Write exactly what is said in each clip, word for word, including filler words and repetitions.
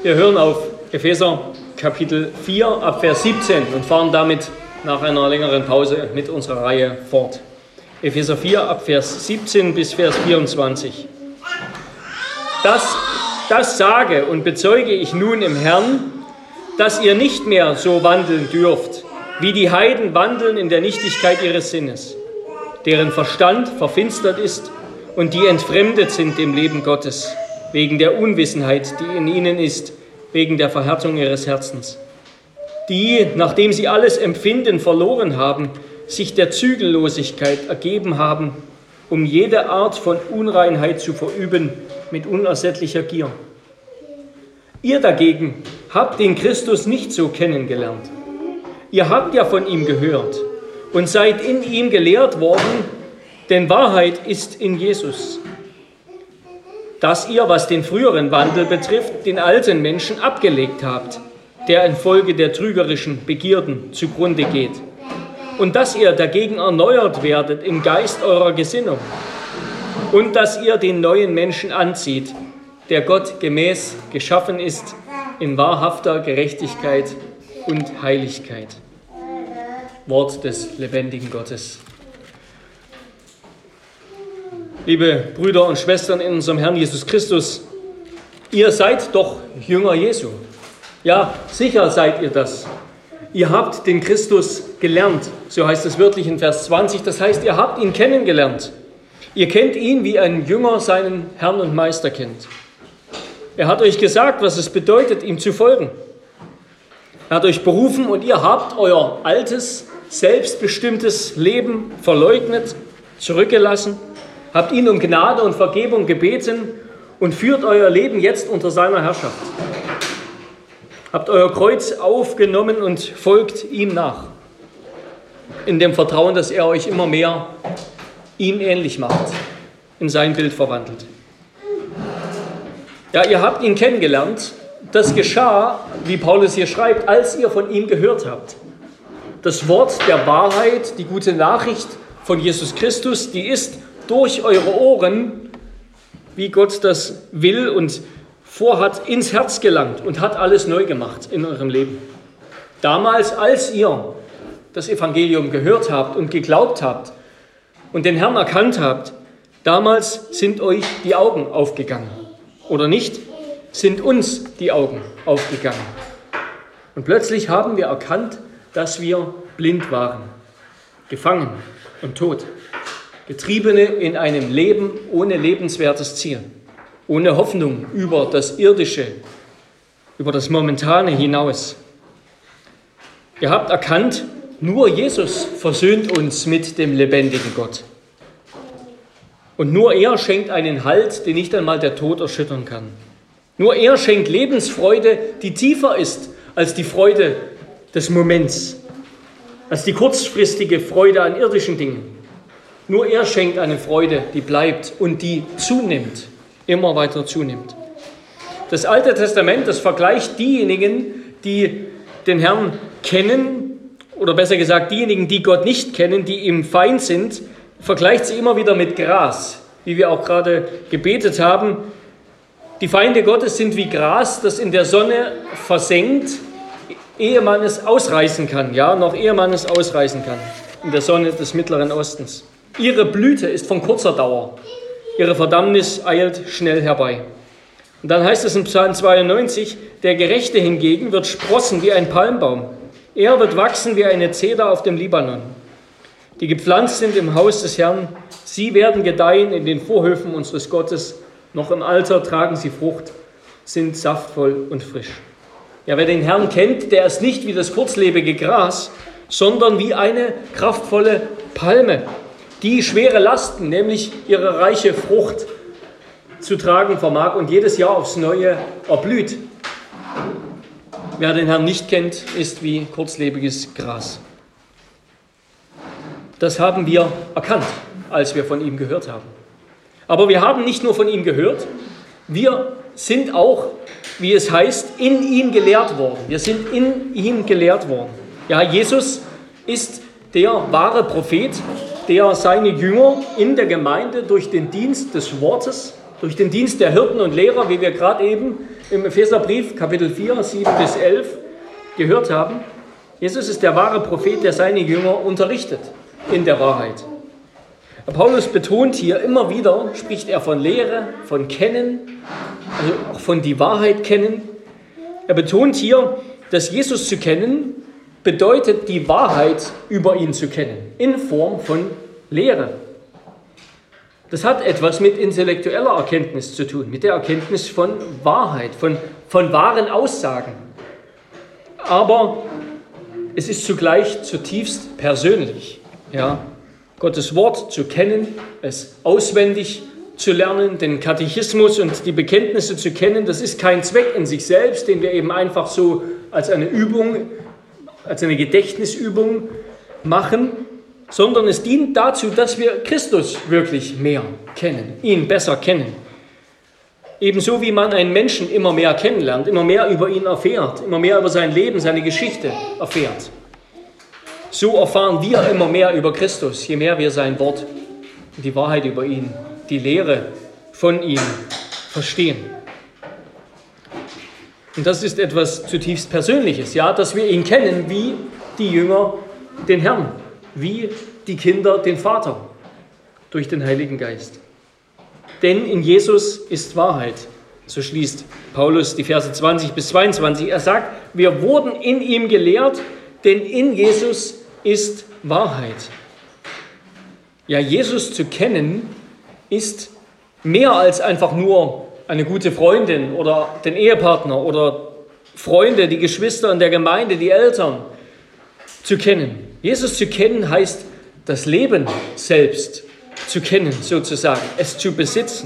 Wir hören auf Epheser Kapitel vier ab Vers siebzehn und fahren damit nach einer längeren Pause mit unserer Reihe fort. Epheser vier ab Vers siebzehn bis Vers vierundzwanzig. Das, das sage und bezeuge ich nun im Herrn, dass ihr nicht mehr so wandeln dürft, wie die Heiden wandeln in der Nichtigkeit ihres Sinnes, deren Verstand verfinstert ist und die entfremdet sind dem Leben Gottes, wegen der Unwissenheit, die in ihnen ist, wegen der Verhärtung ihres Herzens. Die, nachdem sie alles Empfinden verloren haben, sich der Zügellosigkeit ergeben haben, um jede Art von Unreinheit zu verüben mit unersättlicher Gier. Ihr dagegen habt den Christus nicht so kennengelernt. Ihr habt ja von ihm gehört und seid in ihm gelehrt worden, denn Wahrheit ist in Jesus. Dass ihr, was den früheren Wandel betrifft, den alten Menschen abgelegt habt, der infolge der trügerischen Begierden zugrunde geht. Und dass ihr dagegen erneuert werdet im Geist eurer Gesinnung. Und dass ihr den neuen Menschen anzieht, der Gott gemäß geschaffen ist, in wahrhafter Gerechtigkeit und Heiligkeit. Wort des lebendigen Gottes. Liebe Brüder und Schwestern in unserem Herrn Jesus Christus, ihr seid doch Jünger Jesu. Ja, sicher seid ihr das. Ihr habt den Christus gelernt, so heißt es wörtlich in Vers zwanzig. Das heißt, ihr habt ihn kennengelernt. Ihr kennt ihn, wie ein Jünger seinen Herrn und Meister kennt. Er hat euch gesagt, was es bedeutet, ihm zu folgen. Er hat euch berufen und ihr habt euer altes, selbstbestimmtes Leben verleugnet, zurückgelassen, habt ihn um Gnade und Vergebung gebeten und führt euer Leben jetzt unter seiner Herrschaft. Habt euer Kreuz aufgenommen und folgt ihm nach, in dem Vertrauen, dass er euch immer mehr ihm ähnlich macht, in sein Bild verwandelt. Ja, ihr habt ihn kennengelernt. Das geschah, wie Paulus hier schreibt, als ihr von ihm gehört habt. Das Wort der Wahrheit, die gute Nachricht von Jesus Christus, die ist durch eure Ohren, wie Gott das will und vorhat, ins Herz gelangt und hat alles neu gemacht in eurem Leben. Damals, als ihr das Evangelium gehört habt und geglaubt habt und den Herrn erkannt habt, damals sind euch die Augen aufgegangen. Oder nicht, sind uns die Augen aufgegangen. Und plötzlich haben wir erkannt, dass wir blind waren, gefangen und tot. Getriebene in einem Leben ohne lebenswertes Ziel, ohne Hoffnung über das Irdische, über das Momentane hinaus. Ihr habt erkannt, nur Jesus versöhnt uns mit dem lebendigen Gott. Und nur er schenkt einen Halt, den nicht einmal der Tod erschüttern kann. Nur er schenkt Lebensfreude, die tiefer ist als die Freude des Moments, als die kurzfristige Freude an irdischen Dingen. Nur er schenkt eine Freude, die bleibt und die zunimmt, immer weiter zunimmt. Das Alte Testament, das vergleicht diejenigen, die den Herrn kennen, oder besser gesagt diejenigen, die Gott nicht kennen, die ihm Feind sind, vergleicht sie immer wieder mit Gras, wie wir auch gerade gebetet haben. Die Feinde Gottes sind wie Gras, das in der Sonne versenkt, ehe man es ausreißen kann, ja, noch ehe man es ausreißen kann, in der Sonne des Mittleren Ostens. Ihre Blüte ist von kurzer Dauer, ihre Verdammnis eilt schnell herbei. Und dann heißt es in Psalm zweiundneunzig, der Gerechte hingegen wird sprossen wie ein Palmbaum. Er wird wachsen wie eine Zeder auf dem Libanon. Die gepflanzt sind im Haus des Herrn, sie werden gedeihen in den Vorhöfen unseres Gottes. Noch im Alter tragen sie Frucht, sind saftvoll und frisch. Ja, wer den Herrn kennt, der ist nicht wie das kurzlebige Gras, sondern wie eine kraftvolle Palme, die schwere Lasten, nämlich ihre reiche Frucht, zu tragen vermag und jedes Jahr aufs Neue erblüht. Wer den Herrn nicht kennt, ist wie kurzlebiges Gras. Das haben wir erkannt, als wir von ihm gehört haben. Aber wir haben nicht nur von ihm gehört, wir sind auch, wie es heißt, in ihm gelehrt worden. Wir sind in ihm gelehrt worden. Ja, Jesus ist der wahre Prophet, der seine Jünger in der Gemeinde durch den Dienst des Wortes durch den Dienst der Hirten und Lehrer, wie wir gerade eben im Epheserbrief Kapitel vier, sieben bis elf gehört haben. Jesus ist der wahre Prophet, der seine Jünger unterrichtet in der Wahrheit. Paulus betont hier immer wieder, spricht er von Lehre, von Kennen, also auch von die Wahrheit kennen. Er betont hier, dass Jesus zu kennen bedeutet, die Wahrheit über ihn zu kennen, in Form von Lehre. Das hat etwas mit intellektueller Erkenntnis zu tun, mit der Erkenntnis von Wahrheit, von, von wahren Aussagen. Aber es ist zugleich zutiefst persönlich, ja, Gottes Wort zu kennen, es auswendig zu lernen, den Katechismus und die Bekenntnisse zu kennen. Das ist kein Zweck in sich selbst, den wir eben einfach so als eine Übung, als eine Gedächtnisübung machen, sondern es dient dazu, dass wir Christus wirklich mehr kennen, ihn besser kennen. Ebenso wie man einen Menschen immer mehr kennenlernt, immer mehr über ihn erfährt, immer mehr über sein Leben, seine Geschichte erfährt. So erfahren wir immer mehr über Christus, je mehr wir sein Wort, die Wahrheit über ihn, die Lehre von ihm verstehen. Und das ist etwas zutiefst Persönliches, ja, dass wir ihn kennen wie die Jünger den Herrn, wie die Kinder den Vater durch den Heiligen Geist. Denn in Jesus ist Wahrheit. So schließt Paulus die Verse zwanzig bis zweiundzwanzig. Er sagt, wir wurden in ihm gelehrt, denn in Jesus ist Wahrheit. Ja, Jesus zu kennen ist mehr als einfach nur eine gute Freundin oder den Ehepartner oder Freunde, die Geschwister in der Gemeinde, die Eltern zu kennen. Jesus zu kennen heißt, das Leben selbst zu kennen, sozusagen, es zu besitzen.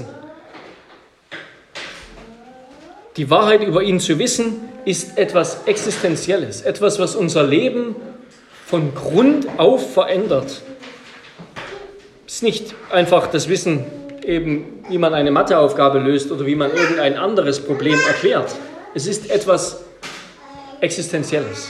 Die Wahrheit über ihn zu wissen, ist etwas Existenzielles, etwas, was unser Leben von Grund auf verändert. Es ist nicht einfach das Wissen, eben, wie man eine Matheaufgabe löst oder wie man irgendein anderes Problem erklärt. Es ist etwas Existenzielles.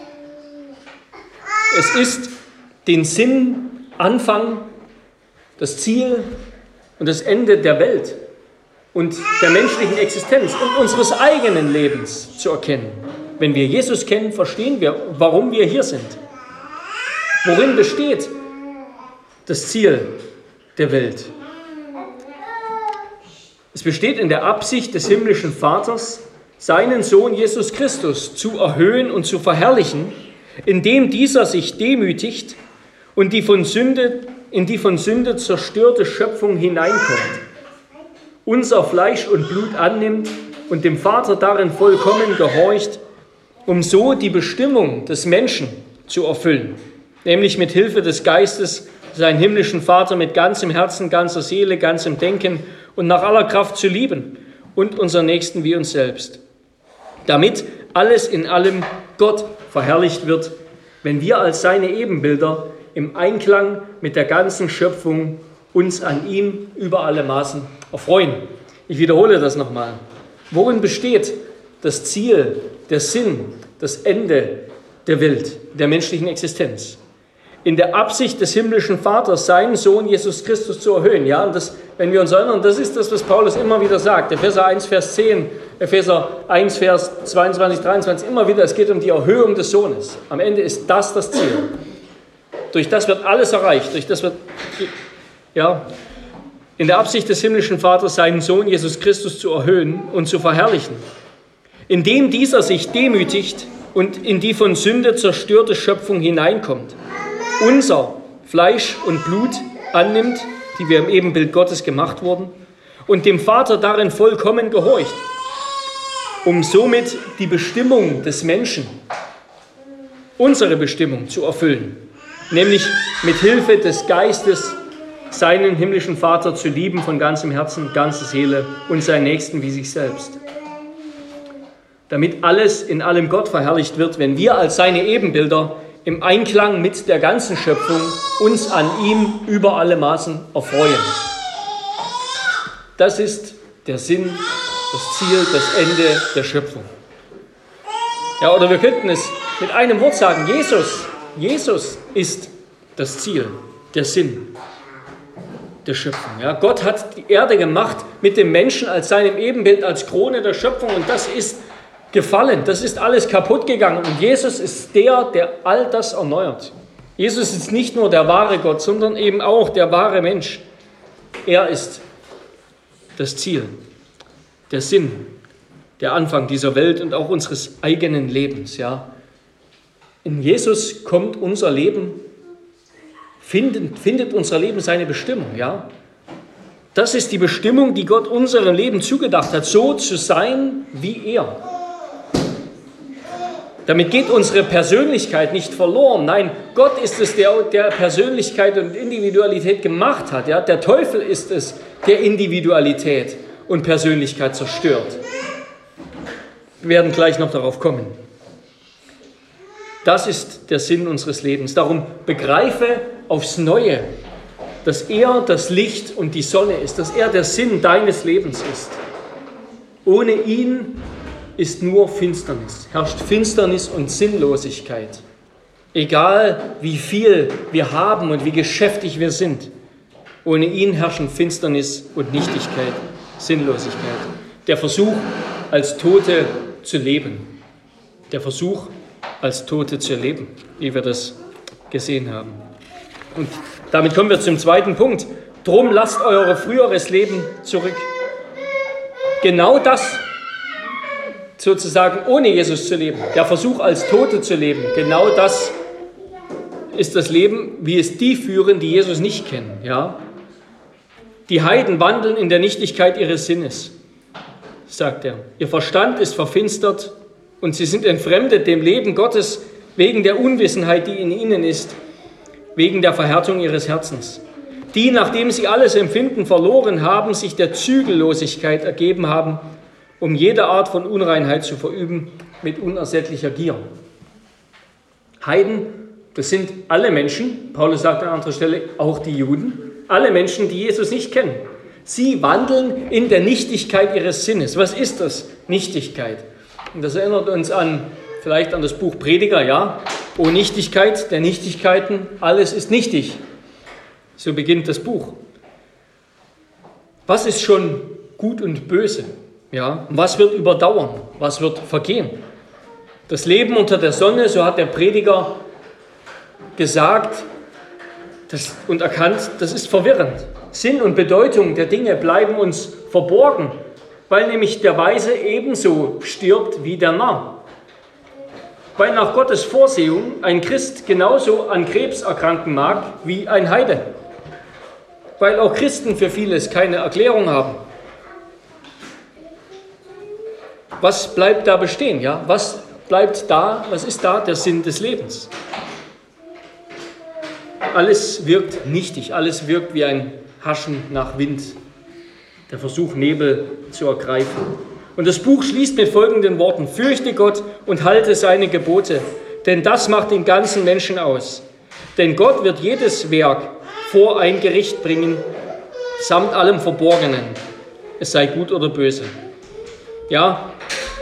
Es ist den Sinn, Anfang, das Ziel und das Ende der Welt und der menschlichen Existenz und unseres eigenen Lebens zu erkennen. Wenn wir Jesus kennen, verstehen wir, warum wir hier sind. Worin besteht das Ziel der Welt? Es besteht in der Absicht des himmlischen Vaters, seinen Sohn Jesus Christus zu erhöhen und zu verherrlichen, indem dieser sich demütigt und die von Sünde, in die von Sünde zerstörte Schöpfung hineinkommt, unser Fleisch und Blut annimmt und dem Vater darin vollkommen gehorcht, um so die Bestimmung des Menschen zu erfüllen, nämlich mit Hilfe des Geistes seinen himmlischen Vater mit ganzem Herzen, ganzer Seele, ganzem Denken und nach aller Kraft zu lieben und unseren Nächsten wie uns selbst, damit alles in allem Gott verherrlicht wird, wenn wir als seine Ebenbilder im Einklang mit der ganzen Schöpfung uns an ihm über alle Maßen erfreuen. Ich wiederhole das nochmal. Worin besteht das Ziel, der Sinn, das Ende der Welt, der menschlichen Existenz? In der Absicht des himmlischen Vaters, seinen Sohn Jesus Christus zu erhöhen. Ja, und das, wenn wir uns erinnern, das ist das, was Paulus immer wieder sagt. Epheser eins, Vers zehn, Epheser eins, Vers zweiundzwanzig, dreiundzwanzig, immer wieder, es geht um die Erhöhung des Sohnes. Am Ende ist das das Ziel. Durch das wird alles erreicht, durch das wird, ja, in der Absicht des himmlischen Vaters, seinen Sohn Jesus Christus zu erhöhen und zu verherrlichen, indem dieser sich demütigt und in die von Sünde zerstörte Schöpfung hineinkommt, unser Fleisch und Blut annimmt, die wir im Ebenbild Gottes gemacht wurden, und dem Vater darin vollkommen gehorcht, um somit die Bestimmung des Menschen, unsere Bestimmung zu erfüllen, nämlich mit Hilfe des Geistes seinen himmlischen Vater zu lieben von ganzem Herzen, ganzer Seele und seinen Nächsten wie sich selbst. Damit alles in allem Gott verherrlicht wird, wenn wir als seine Ebenbilder im Einklang mit der ganzen Schöpfung uns an ihm über alle Maßen erfreuen. Das ist der Sinn, das Ziel, das Ende der Schöpfung. Ja, oder wir könnten es mit einem Wort sagen, Jesus, Jesus ist das Ziel, der Sinn. der Schöpfung. Ja, Gott hat die Erde gemacht mit dem Menschen als seinem Ebenbild, als Krone der Schöpfung und das ist gefallen, das ist alles kaputt gegangen und Jesus ist der, der all das erneuert. Jesus ist nicht nur der wahre Gott, sondern eben auch der wahre Mensch. Er ist das Ziel, der Sinn, der Anfang dieser Welt und auch unseres eigenen Lebens. Ja. In Jesus kommt unser Leben, findet, findet unser Leben seine Bestimmung. Ja. Das ist die Bestimmung, die Gott unserem Leben zugedacht hat, so zu sein wie er. Damit geht unsere Persönlichkeit nicht verloren. Nein, Gott ist es, der, der Persönlichkeit und Individualität gemacht hat. Ja? Der Teufel ist es, der Individualität und Persönlichkeit zerstört. Wir werden gleich noch darauf kommen. Das ist der Sinn unseres Lebens. Darum begreife aufs Neue, dass er das Licht und die Sonne ist, dass er der Sinn deines Lebens ist. Ohne ihn ist nur Finsternis, herrscht Finsternis und Sinnlosigkeit. Egal wie viel wir haben und wie geschäftig wir sind, ohne ihn herrschen Finsternis und Nichtigkeit, Sinnlosigkeit. Der Versuch, als Tote zu leben. Der Versuch, als Tote zu leben, wie wir das gesehen haben. Und damit kommen wir zum zweiten Punkt. Drum lasst euer früheres Leben zurück. Genau das sozusagen ohne Jesus zu leben, der Versuch als Tote zu leben, genau das ist das Leben, wie es die führen, die Jesus nicht kennen. Ja? Die Heiden wandeln in der Nichtigkeit ihres Sinnes, sagt er. Ihr Verstand ist verfinstert und sie sind entfremdet dem Leben Gottes wegen der Unwissenheit, die in ihnen ist, wegen der Verhärtung ihres Herzens. Die, nachdem sie alles Empfinden verloren haben, sich der Zügellosigkeit ergeben haben, um jede Art von Unreinheit zu verüben mit unersättlicher Gier. Heiden, das sind alle Menschen, Paulus sagt an anderer Stelle, auch die Juden, alle Menschen, die Jesus nicht kennen. Sie wandeln in der Nichtigkeit ihres Sinnes. Was ist das? Nichtigkeit. Und das erinnert uns an, vielleicht an das Buch Prediger, ja? O Nichtigkeit der Nichtigkeiten, alles ist nichtig. So beginnt das Buch. Was ist schon gut und böse? Ja, was wird überdauern? Was wird vergehen? Das Leben unter der Sonne, so hat der Prediger gesagt das, und erkannt, das ist verwirrend. Sinn und Bedeutung der Dinge bleiben uns verborgen, weil nämlich der Weise ebenso stirbt wie der Narr. Weil nach Gottes Vorsehung ein Christ genauso an Krebs erkranken mag wie ein Heide. Weil auch Christen für vieles keine Erklärung haben. Was bleibt da bestehen? Ja? Was bleibt da? Was ist da der Sinn des Lebens? Alles wirkt nichtig, alles wirkt wie ein Haschen nach Wind. Der Versuch, Nebel zu ergreifen. Und das Buch schließt mit folgenden Worten: Fürchte Gott und halte seine Gebote, denn das macht den ganzen Menschen aus. Denn Gott wird jedes Werk vor ein Gericht bringen, samt allem Verborgenen, es sei gut oder böse. Ja,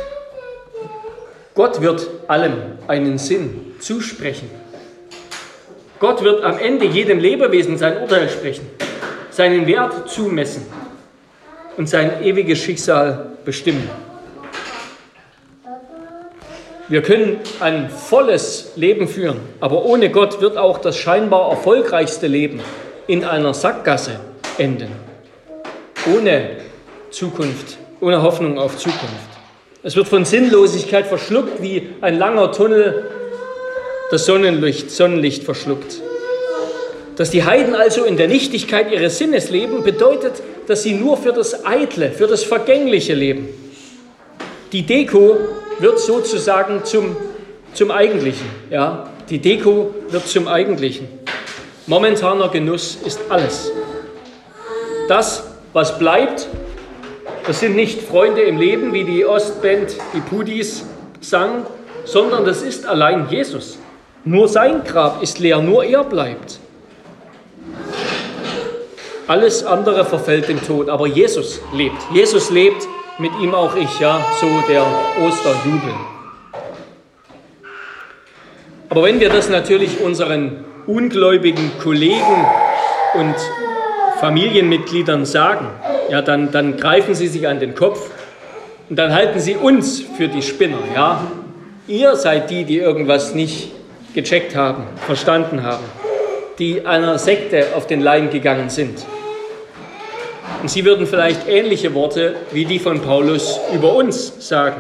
Gott wird allem einen Sinn zusprechen. Gott wird am Ende jedem Lebewesen sein Urteil sprechen, seinen Wert zumessen und sein ewiges Schicksal bestimmen. Wir können ein volles Leben führen, aber ohne Gott wird auch das scheinbar erfolgreichste Leben in einer Sackgasse enden. Ohne Zukunft, ohne Hoffnung auf Zukunft. Es wird von Sinnlosigkeit verschluckt, wie ein langer Tunnel das Sonnenlicht, Sonnenlicht verschluckt. Dass die Heiden also in der Nichtigkeit ihres Sinnes leben, bedeutet, dass sie nur für das Eitle, für das Vergängliche leben. Die Deko wird sozusagen zum, zum Eigentlichen. Ja? Die Deko wird zum Eigentlichen. Momentaner Genuss ist alles. Das, was bleibt, das sind nicht Freunde im Leben, wie die Ostband, die Pudis sang, sondern das ist allein Jesus. Nur sein Grab ist leer, nur er bleibt. Alles andere verfällt dem Tod, aber Jesus lebt. Jesus lebt, mit ihm auch ich, ja, so der Osterjubel. Aber wenn wir das natürlich unseren ungläubigen Kollegen und Familienmitgliedern sagen, ja, dann, dann greifen sie sich an den Kopf und dann halten sie uns für die Spinner. Ja? Ihr seid die, die irgendwas nicht gecheckt haben, verstanden haben, die einer Sekte auf den Leim gegangen sind. Und sie würden vielleicht ähnliche Worte wie die von Paulus über uns sagen.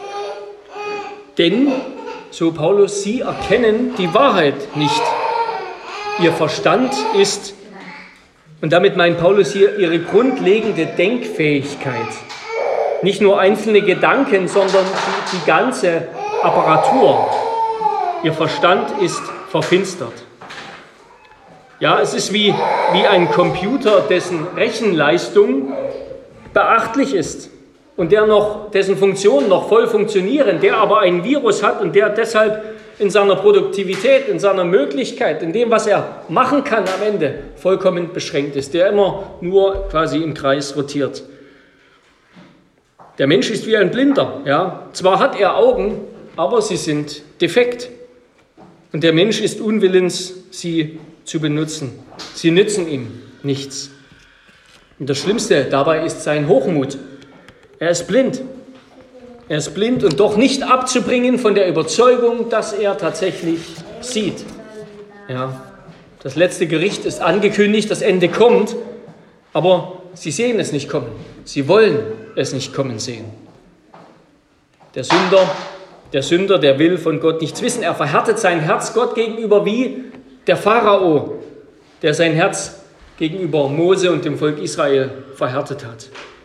Denn, so Paulus, sie erkennen die Wahrheit nicht. Ihr Verstand ist, und damit meint Paulus hier ihre grundlegende Denkfähigkeit. Nicht nur einzelne Gedanken, sondern die, die ganze Apparatur. Ihr Verstand ist verfinstert. Ja, es ist wie, wie ein Computer, dessen Rechenleistung beachtlich ist und der noch, dessen Funktionen noch voll funktionieren, der aber ein Virus hat und der deshalb in seiner Produktivität, in seiner Möglichkeit, in dem, was er machen kann am Ende, vollkommen beschränkt ist, der immer nur quasi im Kreis rotiert. Der Mensch ist wie ein Blinder. Ja? Zwar hat er Augen, aber sie sind defekt. Und der Mensch ist unwillens, sie zu benutzen. Sie nützen ihm nichts. Und das Schlimmste dabei ist sein Hochmut. Er ist blind. Er ist blind und doch nicht abzubringen von der Überzeugung, dass er tatsächlich sieht. Ja, das letzte Gericht ist angekündigt, das Ende kommt, aber sie sehen es nicht kommen. Sie wollen es nicht kommen sehen. Der Sünder, der Sünder, der will von Gott nichts wissen. Er verhärtet sein Herz Gott gegenüber wie der Pharao, der sein Herz gegenüber Mose und dem Volk Israel verhärtet hat.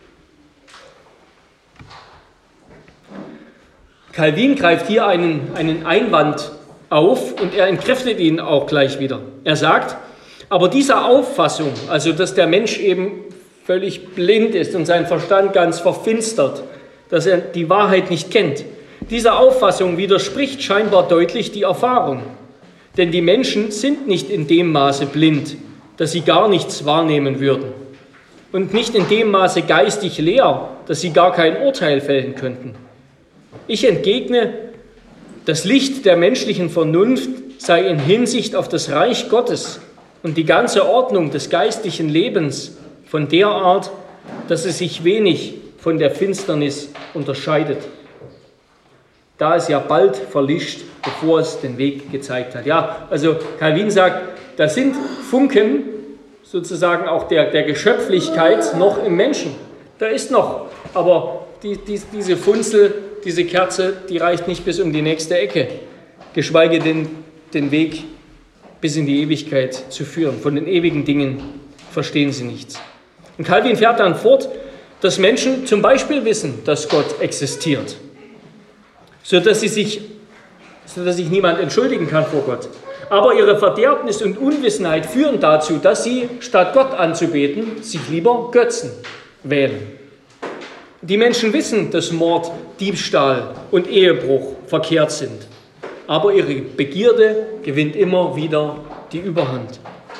Calvin greift hier einen, einen Einwand auf und er entkräftet ihn auch gleich wieder. Er sagt, aber diese Auffassung, also dass der Mensch eben völlig blind ist und sein Verstand ganz verfinstert, dass er die Wahrheit nicht kennt, diese Auffassung widerspricht scheinbar deutlich die Erfahrung. Denn die Menschen sind nicht in dem Maße blind, dass sie gar nichts wahrnehmen würden. Und nicht in dem Maße geistig leer, dass sie gar kein Urteil fällen könnten. Ich entgegne, das Licht der menschlichen Vernunft sei in Hinsicht auf das Reich Gottes und die ganze Ordnung des geistlichen Lebens von der Art, dass es sich wenig von der Finsternis unterscheidet, da es ja bald verlischt, bevor es den Weg gezeigt hat. Ja, also Calvin sagt, da sind Funken sozusagen auch der, der Geschöpflichkeit noch im Menschen. Da ist noch, aber die, die, diese Funzel, diese Kerze, die reicht nicht bis um die nächste Ecke, geschweige denn den Weg bis in die Ewigkeit zu führen. Von den ewigen Dingen verstehen sie nichts. Und Calvin fährt dann fort, dass Menschen zum Beispiel wissen, dass Gott existiert, sodass sie sich, sodass sich niemand entschuldigen kann vor Gott. Aber ihre Verderbnis und Unwissenheit führen dazu, dass sie, statt Gott anzubeten, sich lieber Götzen wählen. Die Menschen wissen, dass Mord, Diebstahl und Ehebruch verkehrt sind. Aber ihre Begierde gewinnt immer wieder die Überhand.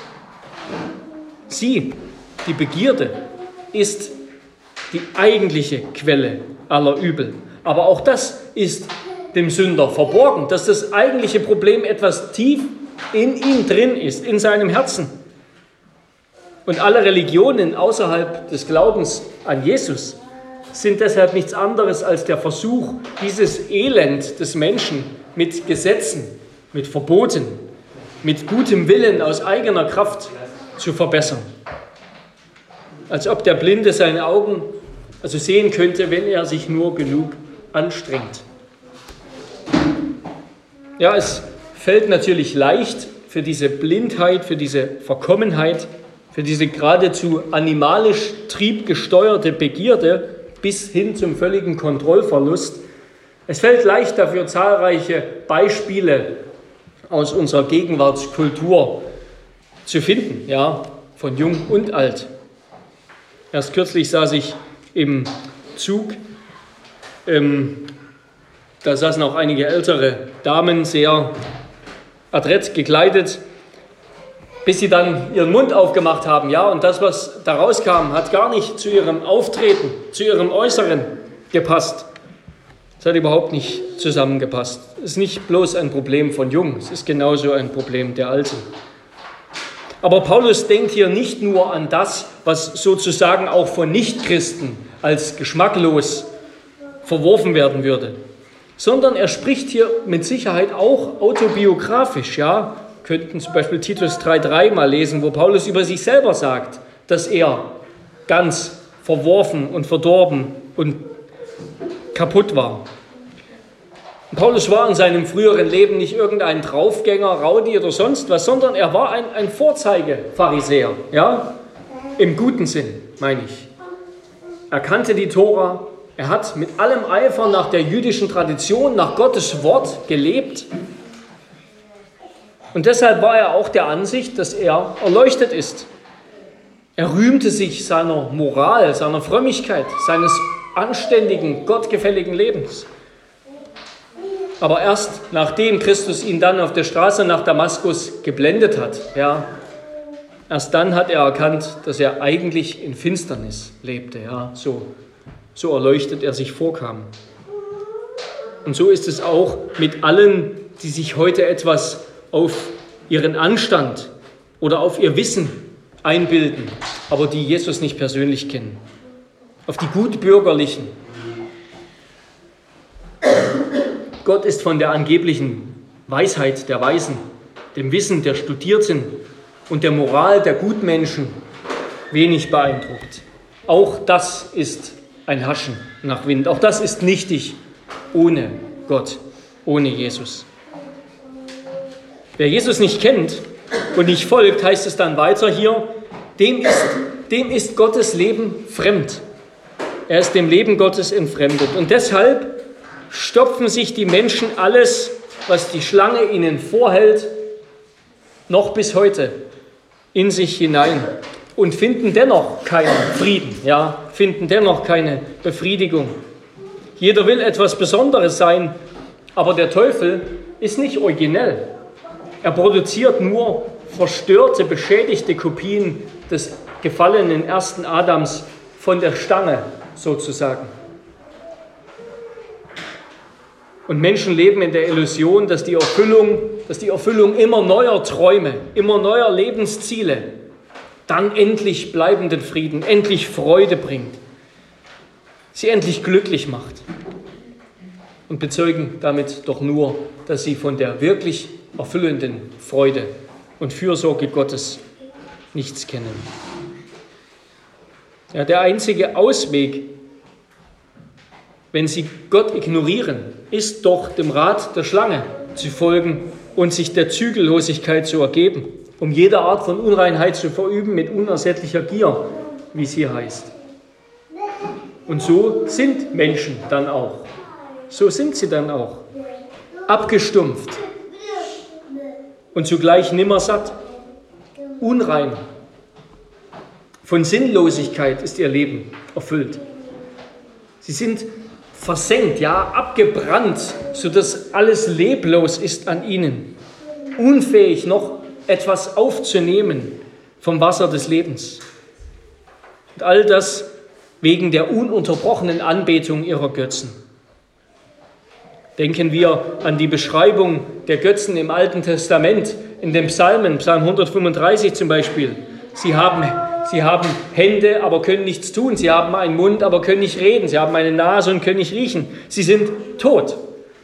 Sie, die Begierde, ist die eigentliche Quelle aller Übel. Aber auch das ist dem Sünder verborgen, dass das eigentliche Problem etwas tief in ihm drin ist, in seinem Herzen. Und alle Religionen außerhalb des Glaubens an Jesus sind deshalb nichts anderes als der Versuch, dieses Elend des Menschen mit Gesetzen, mit Verboten, mit gutem Willen aus eigener Kraft zu verbessern. Als ob der Blinde seine Augen also sehen könnte, wenn er sich nur genug anstrengt. Ja, es fällt natürlich leicht für diese Blindheit, für diese Verkommenheit, für diese geradezu animalisch triebgesteuerte Begierde bis hin zum völligen Kontrollverlust. Es fällt leicht dafür, zahlreiche Beispiele aus unserer Gegenwartskultur zu finden, ja, von jung und alt. Erst kürzlich saß ich im Zug, ähm, da saßen auch einige ältere Damen, sehr adrett gekleidet, bis sie dann ihren Mund aufgemacht haben, ja, und das, was da rauskam, hat gar nicht zu ihrem Auftreten, zu ihrem Äußeren gepasst. Es hat überhaupt nicht zusammengepasst. Es ist nicht bloß ein Problem von Jung, es ist genauso ein Problem der Alten. Aber Paulus denkt hier nicht nur an das, was sozusagen auch von Nichtchristen als geschmacklos verworfen werden würde, sondern er spricht hier mit Sicherheit auch autobiografisch. Ja? Wir könnten zum Beispiel Titus drei drei mal lesen, wo Paulus über sich selber sagt, dass er ganz verworfen und verdorben und kaputt war. Paulus war in seinem früheren Leben nicht irgendein Draufgänger, Rowdy oder sonst was, sondern er war ein, ein Vorzeige-Pharisäer, ja? Im guten Sinn, meine ich. Er kannte die Tora, er hat mit allem Eifer nach der jüdischen Tradition, nach Gottes Wort gelebt. Und deshalb war er auch der Ansicht, dass er erleuchtet ist. Er rühmte sich seiner Moral, seiner Frömmigkeit, seines anständigen, gottgefälligen Lebens. Aber erst nachdem Christus ihn dann auf der Straße nach Damaskus geblendet hat, ja, erst dann hat er erkannt, dass er eigentlich in Finsternis lebte. Ja, so, so erleuchtet er sich vorkam. Und so ist es auch mit allen, die sich heute etwas auf ihren Anstand oder auf ihr Wissen einbilden, aber die Jesus nicht persönlich kennen. Auf die Gutbürgerlichen. Gott ist von der angeblichen Weisheit der Weisen, dem Wissen der Studierten und der Moral der Gutmenschen wenig beeindruckt. Auch das ist ein Haschen nach Wind. Auch das ist nichtig ohne Gott, ohne Jesus. Wer Jesus nicht kennt und nicht folgt, heißt es dann weiter hier, dem ist, dem ist Gottes Leben fremd. Er ist dem Leben Gottes entfremdet. Und deshalb stopfen sich die Menschen alles, was die Schlange ihnen vorhält, noch bis heute in sich hinein und finden dennoch keinen Frieden, ja, finden dennoch keine Befriedigung. Jeder will etwas Besonderes sein, aber der Teufel ist nicht originell. Er produziert nur verstörte, beschädigte Kopien des gefallenen ersten Adams von der Stange sozusagen. Und Menschen leben in der Illusion, dass die Erfüllung, dass die Erfüllung immer neuer Träume, immer neuer Lebensziele dann endlich bleibenden Frieden, endlich Freude bringt, sie endlich glücklich macht und bezeugen damit doch nur, dass sie von der wirklich erfüllenden Freude und Fürsorge Gottes nichts kennen. Ja, der einzige Ausweg, wenn sie Gott ignorieren, ist doch dem Rat der Schlange zu folgen und sich der Zügellosigkeit zu ergeben, um jede Art von Unreinheit zu verüben mit unersättlicher Gier, wie es hier heißt. Und so sind Menschen dann auch. So sind sie dann auch. Abgestumpft und zugleich nimmer satt, unrein. Von Sinnlosigkeit ist ihr Leben erfüllt. Sie sind versenkt, ja, abgebrannt, sodass alles leblos ist an ihnen, unfähig noch etwas aufzunehmen vom Wasser des Lebens. Und all das wegen der ununterbrochenen Anbetung ihrer Götzen. Denken wir an die Beschreibung der Götzen im Alten Testament, in den Psalmen, Psalm hundertfünfunddreißig zum Beispiel. Sie haben, sie haben Hände, aber können nichts tun. Sie haben einen Mund, aber können nicht reden. Sie haben eine Nase und können nicht riechen. Sie sind tot.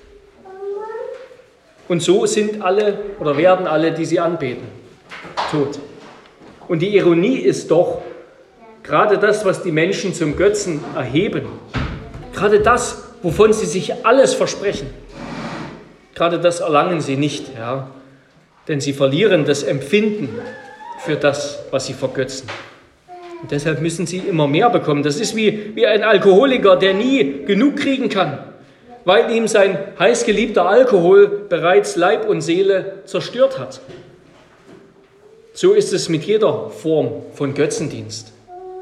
Und so sind alle oder werden alle, die sie anbeten, tot. Und die Ironie ist doch, gerade das, was die Menschen zum Götzen erheben, gerade das, wovon sie sich alles versprechen, gerade das erlangen sie nicht, ja, denn sie verlieren das Empfinden für das, was sie vergötzen. Und deshalb müssen sie immer mehr bekommen. Das ist wie, wie ein Alkoholiker, der nie genug kriegen kann, weil ihm sein heißgeliebter Alkohol bereits Leib und Seele zerstört hat. So ist es mit jeder Form von Götzendienst.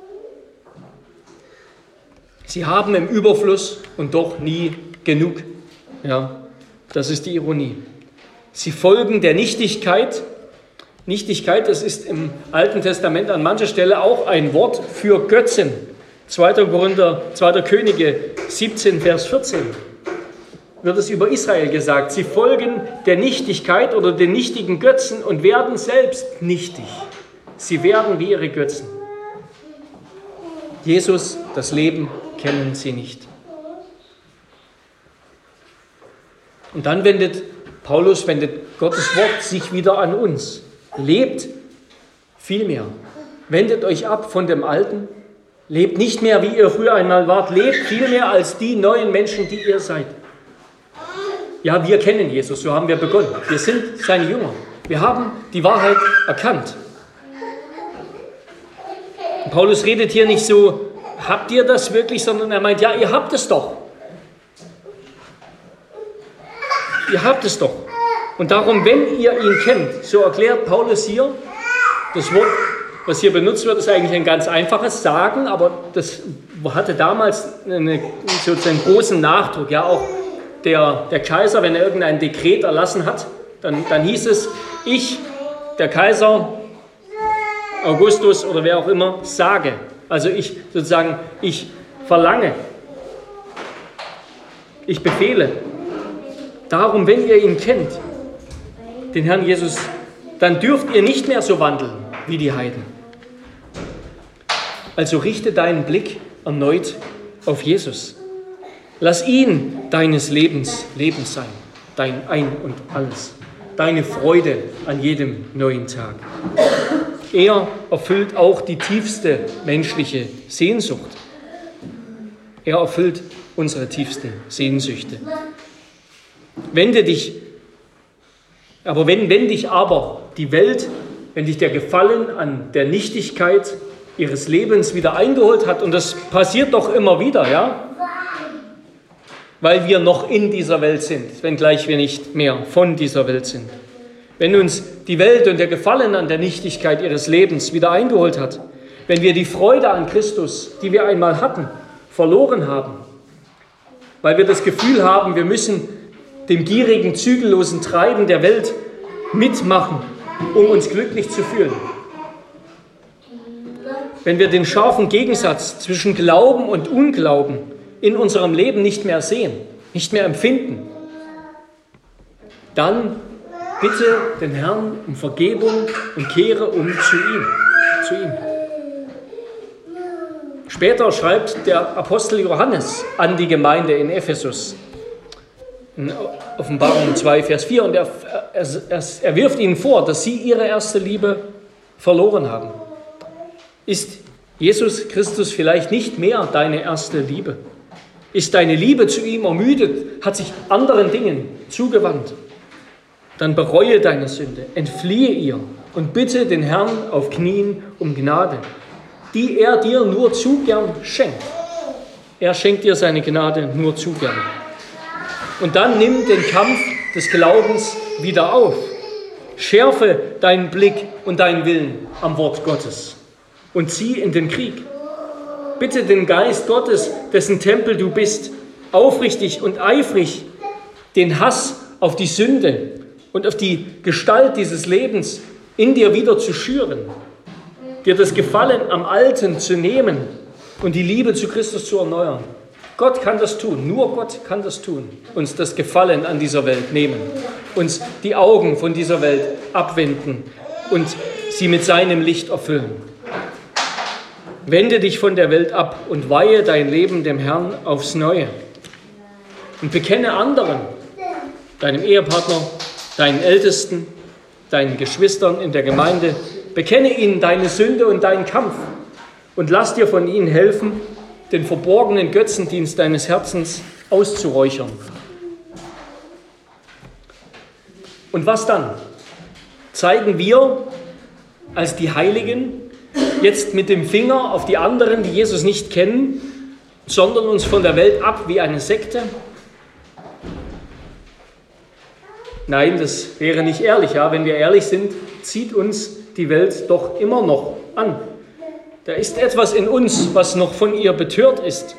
Sie haben im Überfluss und doch nie genug. Ja, das ist die Ironie. Sie folgen der Nichtigkeit. Nichtigkeit, das ist im Alten Testament an mancher Stelle auch ein Wort für Götzen. zweiter Korinther, zweiter Könige siebzehn, Vers vierzehn wird es über Israel gesagt. Sie folgen der Nichtigkeit oder den nichtigen Götzen und werden selbst nichtig. sie werden wie ihre Götzen. Jesus, das Leben kennen sie nicht. Und dann wendet Paulus, wendet Gottes Wort sich wieder an uns. Lebt vielmehr. Wendet euch ab von dem Alten. Lebt nicht mehr, wie ihr früher einmal wart. Lebt vielmehr als die neuen Menschen, die ihr seid. Ja, wir kennen Jesus, so haben wir begonnen. Wir sind seine Jünger. Wir haben die Wahrheit erkannt. Und Paulus redet hier nicht so, habt ihr das wirklich, sondern er meint, ja, ihr habt es doch. Ihr habt es doch. Und darum, wenn ihr ihn kennt, so erklärt Paulus hier, das Wort, was hier benutzt wird, ist eigentlich ein ganz einfaches Sagen, aber das hatte damals einen sozusagen großen Nachdruck. Ja, auch der, der Kaiser, wenn er irgendein Dekret erlassen hat, dann, dann hieß es, ich, der Kaiser, Augustus oder wer auch immer, sage. Also ich sozusagen, ich verlange, ich befehle. Darum, wenn ihr ihn kennt, den Herrn Jesus, dann dürft ihr nicht mehr so wandeln wie die Heiden. Also richte deinen Blick erneut auf Jesus. Lass ihn deines Lebens Leben sein, dein Ein und Alles, deine Freude an jedem neuen Tag. Er erfüllt auch die tiefste menschliche Sehnsucht. Er erfüllt unsere tiefsten Sehnsüchte. Wende dich, aber wenn, wenn dich aber die Welt, wenn dich der Gefallen an der Nichtigkeit ihres Lebens wieder eingeholt hat, und das passiert doch immer wieder, ja, weil wir noch in dieser Welt sind, wenngleich wir nicht mehr von dieser Welt sind. Wenn uns die Welt und der Gefallen an der Nichtigkeit ihres Lebens wieder eingeholt hat, wenn wir die Freude an Christus, die wir einmal hatten, verloren haben, weil wir das Gefühl haben, wir müssen dem gierigen, zügellosen Treiben der Welt mitmachen, um uns glücklich zu fühlen. Wenn wir den scharfen Gegensatz zwischen Glauben und Unglauben in unserem Leben nicht mehr sehen, nicht mehr empfinden, dann bitte den Herrn um Vergebung und kehre um zu ihm. Zu ihm. Später schreibt der Apostel Johannes an die Gemeinde in Ephesus, in Offenbarung zwei, Vers vier, und er, er, er, er wirft ihnen vor, dass sie ihre erste Liebe verloren haben. Ist Jesus Christus vielleicht nicht mehr deine erste Liebe? Ist deine Liebe zu ihm ermüdet, hat sich anderen Dingen zugewandt? Dann bereue deine Sünde, entfliehe ihr und bitte den Herrn auf Knien um Gnade, die er dir nur zu gern schenkt. Er schenkt dir seine Gnade nur zu gern. Und dann nimm den Kampf des Glaubens wieder auf. Schärfe deinen Blick und deinen Willen am Wort Gottes und zieh in den Krieg. Bitte den Geist Gottes, dessen Tempel du bist, aufrichtig und eifrig den Hass auf die Sünde und auf die Gestalt dieses Lebens in dir wieder zu schüren, dir das Gefallen am Alten zu nehmen und die Liebe zu Christus zu erneuern. Gott kann das tun, nur Gott kann das tun, uns das Gefallen an dieser Welt nehmen, uns die Augen von dieser Welt abwenden und sie mit seinem Licht erfüllen. Wende dich von der Welt ab und weihe dein Leben dem Herrn aufs Neue. Und bekenne anderen, deinem Ehepartner, deinen Ältesten, deinen Geschwistern in der Gemeinde, bekenne ihnen deine Sünde und deinen Kampf und lass dir von ihnen helfen, den verborgenen Götzendienst deines Herzens auszuräuchern. Und was dann? Zeigen wir als die Heiligen jetzt mit dem Finger auf die anderen, die Jesus nicht kennen, sondern uns von der Welt ab wie eine Sekte? Nein, das wäre nicht ehrlich. Ja? Wenn wir ehrlich sind, zieht uns die Welt doch immer noch an. Da ist etwas in uns, was noch von ihr betört ist.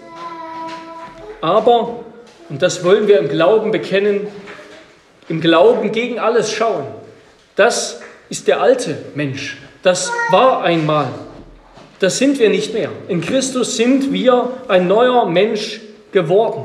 Aber, und das wollen wir im Glauben bekennen, im Glauben gegen alles schauen. Das ist der alte Mensch. Das war einmal. Das sind wir nicht mehr. In Christus sind wir ein neuer Mensch geworden.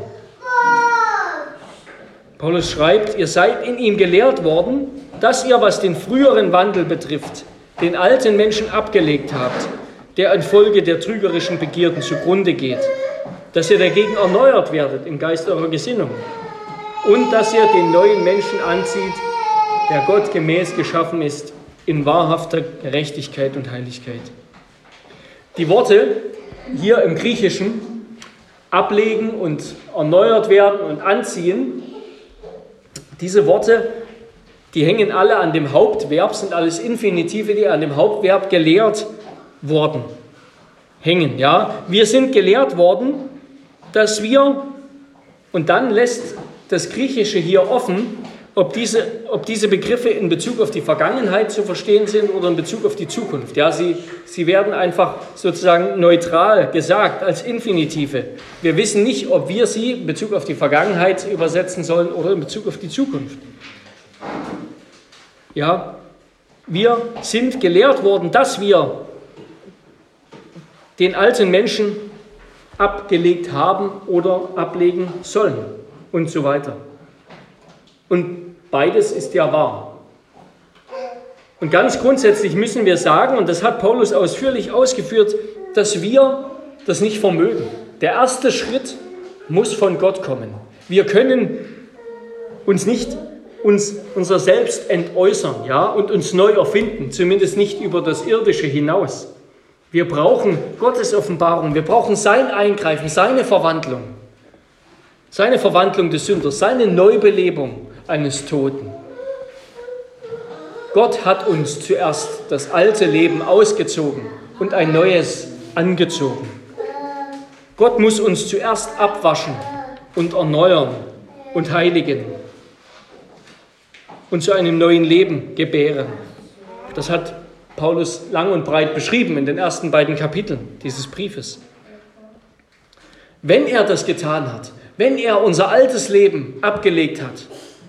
Paulus schreibt, ihr seid in ihm gelehrt worden, dass ihr, was den früheren Wandel betrifft, den alten Menschen abgelegt habt, der infolge der trügerischen Begierden zugrunde geht, dass ihr dagegen erneuert werdet im Geist eurer Gesinnung und dass ihr den neuen Menschen anzieht, der Gott gemäß geschaffen ist, in wahrhafter Gerechtigkeit und Heiligkeit. Die Worte hier im Griechischen, ablegen und erneuert werden und anziehen, diese Worte, die hängen alle an dem Hauptverb, sind alles Infinitive, die an dem Hauptverb gelehrt worden hängen. Ja? Wir sind gelehrt worden, dass wir, und dann lässt das Griechische hier offen, ob diese, ob diese Begriffe in Bezug auf die Vergangenheit zu verstehen sind oder in Bezug auf die Zukunft. Ja, sie, sie werden einfach sozusagen neutral gesagt als Infinitive. Wir wissen nicht, ob wir sie in Bezug auf die Vergangenheit übersetzen sollen oder in Bezug auf die Zukunft. Ja, wir sind gelehrt worden, dass wir den alten Menschen abgelegt haben oder ablegen sollen und so weiter. Und beides ist ja wahr. Und ganz grundsätzlich müssen wir sagen, und das hat Paulus ausführlich ausgeführt, dass wir das nicht vermögen. Der erste Schritt muss von Gott kommen. Wir können uns nicht uns unser Selbst entäußern, ja, und uns neu erfinden, zumindest nicht über das Irdische hinaus. Wir brauchen Gottes Offenbarung, wir brauchen sein Eingreifen, seine Verwandlung, seine Verwandlung des Sünders, seine Neubelebung eines Toten. Gott hat uns zuerst das alte Leben ausgezogen und ein neues angezogen. Gott muss uns zuerst abwaschen und erneuern und heiligen und zu einem neuen Leben gebären. Das hat Paulus lang und breit beschrieben in den ersten beiden Kapiteln dieses Briefes. Wenn er das getan hat, wenn er unser altes Leben abgelegt hat,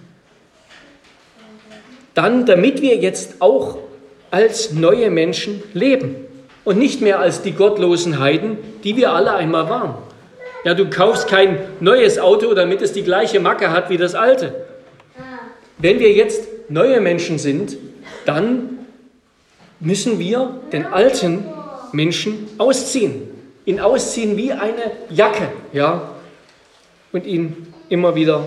dann damit wir jetzt auch als neue Menschen leben und nicht mehr als die gottlosen Heiden, die wir alle einmal waren. Ja, du kaufst kein neues Auto, damit es die gleiche Macke hat wie das alte. Wenn wir jetzt neue Menschen sind, dann müssen wir den alten Menschen ausziehen. Ihn ausziehen wie eine Jacke, ja, und ihn immer wieder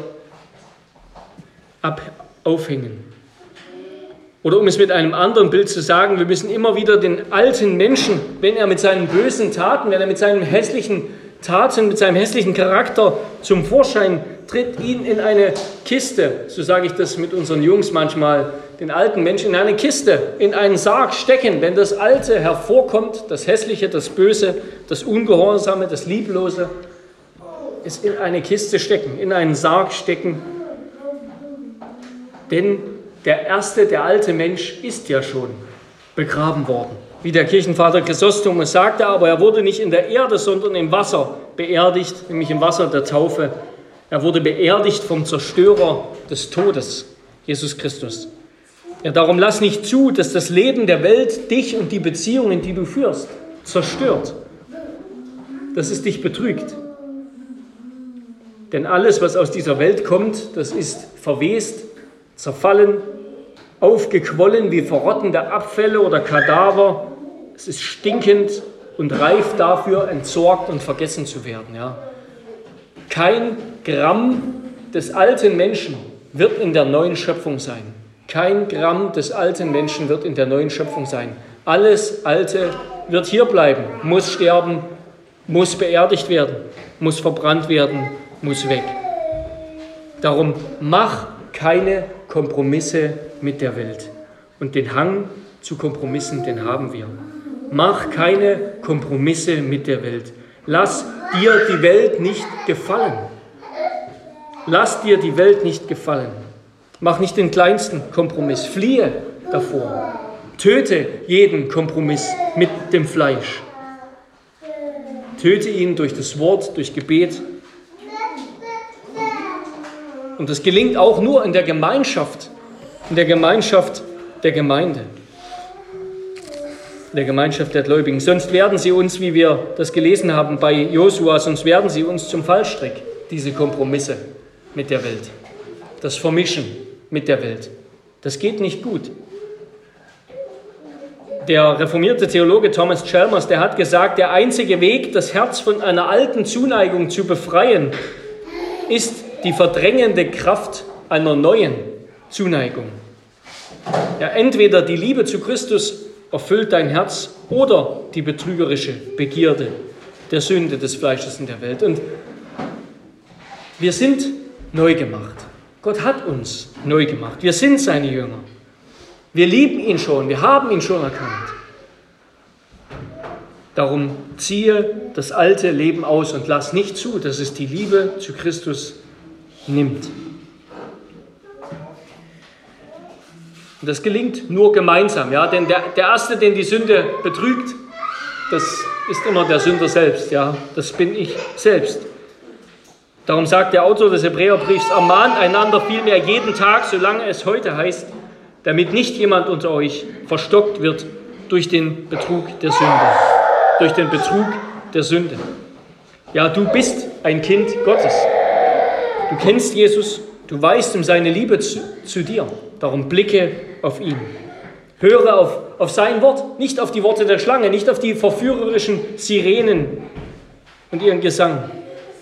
ab, aufhängen. Oder um es mit einem anderen Bild zu sagen, wir müssen immer wieder den alten Menschen, wenn er mit seinen bösen Taten, wenn er mit seinen hässlichen Taten, mit seinem hässlichen Charakter zum Vorschein tritt, ihn in eine Kiste, so sage ich das mit unseren Jungs manchmal, den alten Menschen in eine Kiste, in einen Sarg stecken. Wenn das Alte hervorkommt, das Hässliche, das Böse, das Ungehorsame, das Lieblose, es in eine Kiste stecken, in einen Sarg stecken. Denn der erste, der alte Mensch ist ja schon begraben worden. Wie der Kirchenvater Chrysostomus sagte, aber er wurde nicht in der Erde, sondern im Wasser beerdigt, nämlich im Wasser der Taufe. Er wurde beerdigt vom Zerstörer des Todes, Jesus Christus. Ja, darum lass nicht zu, dass das Leben der Welt dich und die Beziehungen, die du führst, zerstört. Dass es dich betrügt. Denn alles, was aus dieser Welt kommt, das ist verwest, zerfallen, aufgequollen wie verrottende Abfälle oder Kadaver. Es ist stinkend und reif dafür, entsorgt und vergessen zu werden. Ja. Kein Gramm des alten Menschen wird in der neuen Schöpfung sein. Kein Gramm des alten Menschen wird in der neuen Schöpfung sein. Alles Alte wird hier bleiben, muss sterben, muss beerdigt werden, muss verbrannt werden, muss weg. Darum mach keine Kompromisse mit der Welt. Und den Hang zu Kompromissen, den haben wir. Mach keine Kompromisse mit der Welt. Lass dir die Welt nicht gefallen. Lass dir die Welt nicht gefallen. Mach nicht den kleinsten Kompromiss. Fliehe davor. Töte jeden Kompromiss mit dem Fleisch. Töte ihn durch das Wort, durch Gebet. Und das gelingt auch nur in der Gemeinschaft, in der Gemeinschaft der Gemeinde, in der Gemeinschaft der Gläubigen. Sonst werden sie uns, wie wir das gelesen haben bei Josua, sonst werden sie uns zum Fallstrick, diese Kompromisse mit der Welt, das Vermischen mit der Welt. Das geht nicht gut. der reformierte Theologe Thomas Chalmers, der hat gesagt, der einzige Weg, das Herz von einer alten Zuneigung zu befreien, ist die verdrängende Kraft einer neuen Zuneigung. Ja, entweder die Liebe zu Christus erfüllt dein Herz oder die betrügerische Begierde der Sünde des Fleisches in der Welt. Und wir sind neu gemacht. Gott hat uns neu gemacht. Wir sind seine Jünger. Wir lieben ihn schon. Wir haben ihn schon erkannt. Darum ziehe das alte Leben aus und lass nicht zu, dass es die Liebe zu Christus nimmt. Und das gelingt nur gemeinsam, ja, denn der, der Erste, den die Sünde betrügt, das ist immer der Sünder selbst, ja, das bin ich selbst. Darum sagt der Autor des Hebräerbriefs, ermahnt einander vielmehr jeden Tag, solange es heute heißt, damit nicht jemand unter euch verstockt wird durch den Betrug der Sünde, durch den Betrug der Sünde. Ja, du bist ein Kind Gottes. Du kennst Jesus, du weißt um seine Liebe zu, zu dir. Darum blicke auf ihn. Höre auf, auf sein Wort, nicht auf die Worte der Schlange, nicht auf die verführerischen Sirenen und ihren Gesang.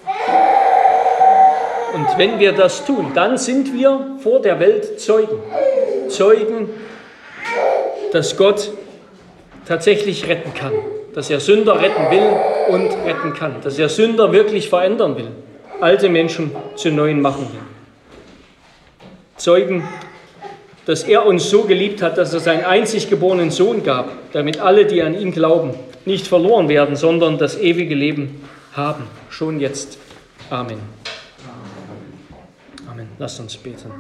Und wenn wir das tun, dann sind wir vor der Welt Zeugen. Zeugen, dass Gott tatsächlich retten kann. Dass er Sünder retten will und retten kann. Dass er Sünder wirklich verändern will. Alte Menschen zu Neuen machen will. Zeugen, dass er uns so geliebt hat, dass er seinen einzig geborenen Sohn gab, damit alle, die an ihn glauben, nicht verloren werden, sondern das ewige Leben haben. Schon jetzt. Amen. Amen. Lasst uns beten.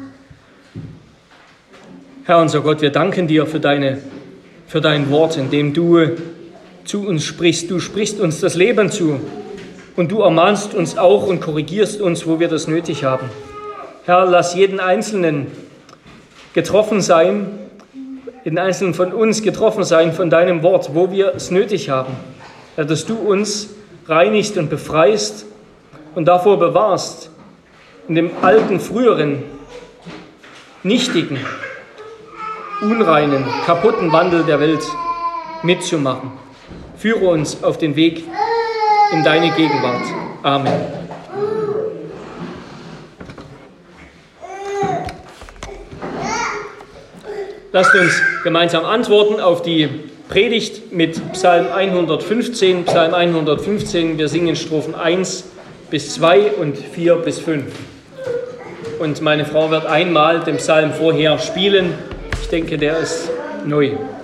Herr unser Gott, wir danken dir für, deine, für dein Wort, in dem du zu uns sprichst. Du sprichst uns das Leben zu und du ermahnst uns auch und korrigierst uns, wo wir das nötig haben. Herr, lass jeden Einzelnen getroffen sein, jeden Einzelnen von uns getroffen sein von deinem Wort, wo wir es nötig haben. Herr, dass du uns reinigst und befreist und davor bewahrst, in dem alten, früheren, nichtigen, unreinen, kaputten Wandel der Welt mitzumachen. Führe uns auf den Weg in deine Gegenwart. Amen. Lasst uns gemeinsam antworten auf die Predigt mit Psalm hundertfünfzehn. Psalm hundertfünfzehn, wir singen Strophen eins bis zwei und vier bis fünf. Und meine Frau wird einmal den Psalm vorher spielen. Ich denke, der ist neu.